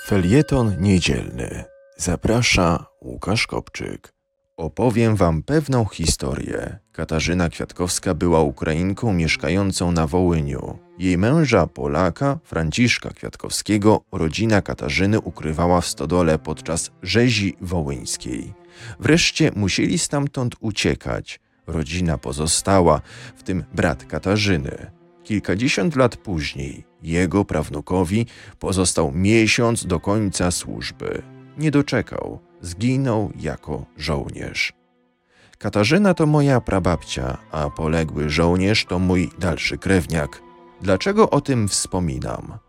Felieton niedzielny. Zaprasza Łukasz Kopczyk. Opowiem wam pewną historię. Katarzyna Kwiatkowska była Ukrainką mieszkającą na Wołyniu. Jej męża, Polaka, Franciszka Kwiatkowskiego, rodzina Katarzyny ukrywała w stodole podczas rzezi wołyńskiej. Wreszcie musieli stamtąd uciekać. Rodzina pozostała, w tym brat Katarzyny. Kilkadziesiąt lat później jego prawnukowi pozostał miesiąc do końca służby. Nie doczekał, zginął jako żołnierz. Katarzyna to moja prababcia, a poległy żołnierz to mój dalszy krewniak. Dlaczego o tym wspominam?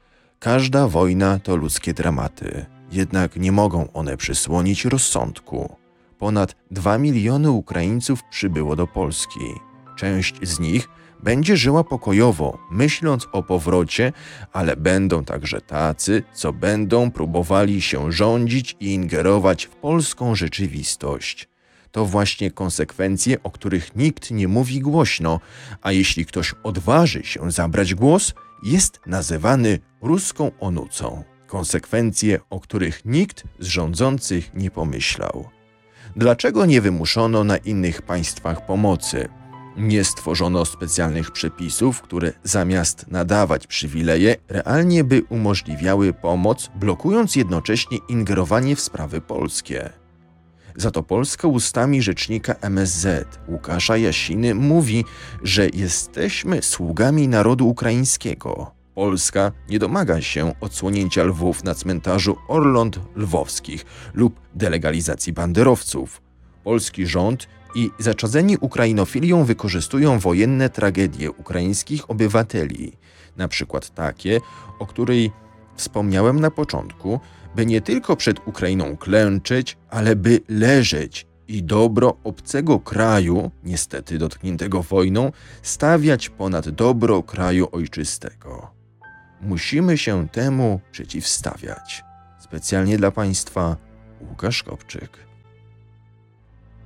Każda wojna to ludzkie dramaty, jednak nie mogą one przysłonić rozsądku. Ponad 2 miliony Ukraińców przybyło do Polski. Część z nich będzie żyła pokojowo, myśląc o powrocie, ale będą także tacy, co będą próbowali się rządzić i ingerować w polską rzeczywistość. To właśnie konsekwencje, o których nikt nie mówi głośno, a jeśli ktoś odważy się zabrać głos, jest nazywany ruską onucą. Konsekwencje, o których nikt z rządzących nie pomyślał. Dlaczego nie wymuszono na innych państwach pomocy? Nie stworzono specjalnych przepisów, które zamiast nadawać przywileje, realnie by umożliwiały pomoc, blokując jednocześnie ingerowanie w sprawy polskie. Za to Polska ustami rzecznika MSZ Łukasza Jasiny mówi, że jesteśmy sługami narodu ukraińskiego. Polska nie domaga się odsłonięcia lwów na cmentarzu Orląt Lwowskich lub delegalizacji banderowców. Polski rząd i zaczadzeni ukrainofilią wykorzystują wojenne tragedie ukraińskich obywateli, na przykład takie, o której wspomniałem na początku, by nie tylko przed Ukrainą klęczeć, ale by leżeć i dobro obcego kraju, niestety dotkniętego wojną, stawiać ponad dobro kraju ojczystego. Musimy się temu przeciwstawiać. Specjalnie dla Państwa Łukasz Kopczyk.